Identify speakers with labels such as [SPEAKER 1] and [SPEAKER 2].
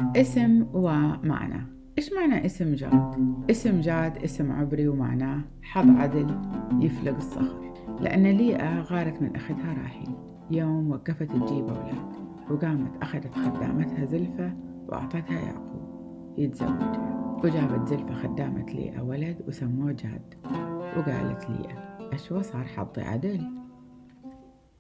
[SPEAKER 1] اسم ومعنى. إيش معنى اسم جاد؟ اسم جاد اسم عبري ومعناه حظ عدل يفلق الصخر، لأن ليئة غارت من أخذها راحيل يوم وقفت تجيب أولاد، وقامت أخذت خدامتها زلفة وأعطتها يعقوب يتزوجها، وجابت زلفة خدامة ليئة ولد وسموه جاد، وقالت ليئة أشوى صار حظي عدل.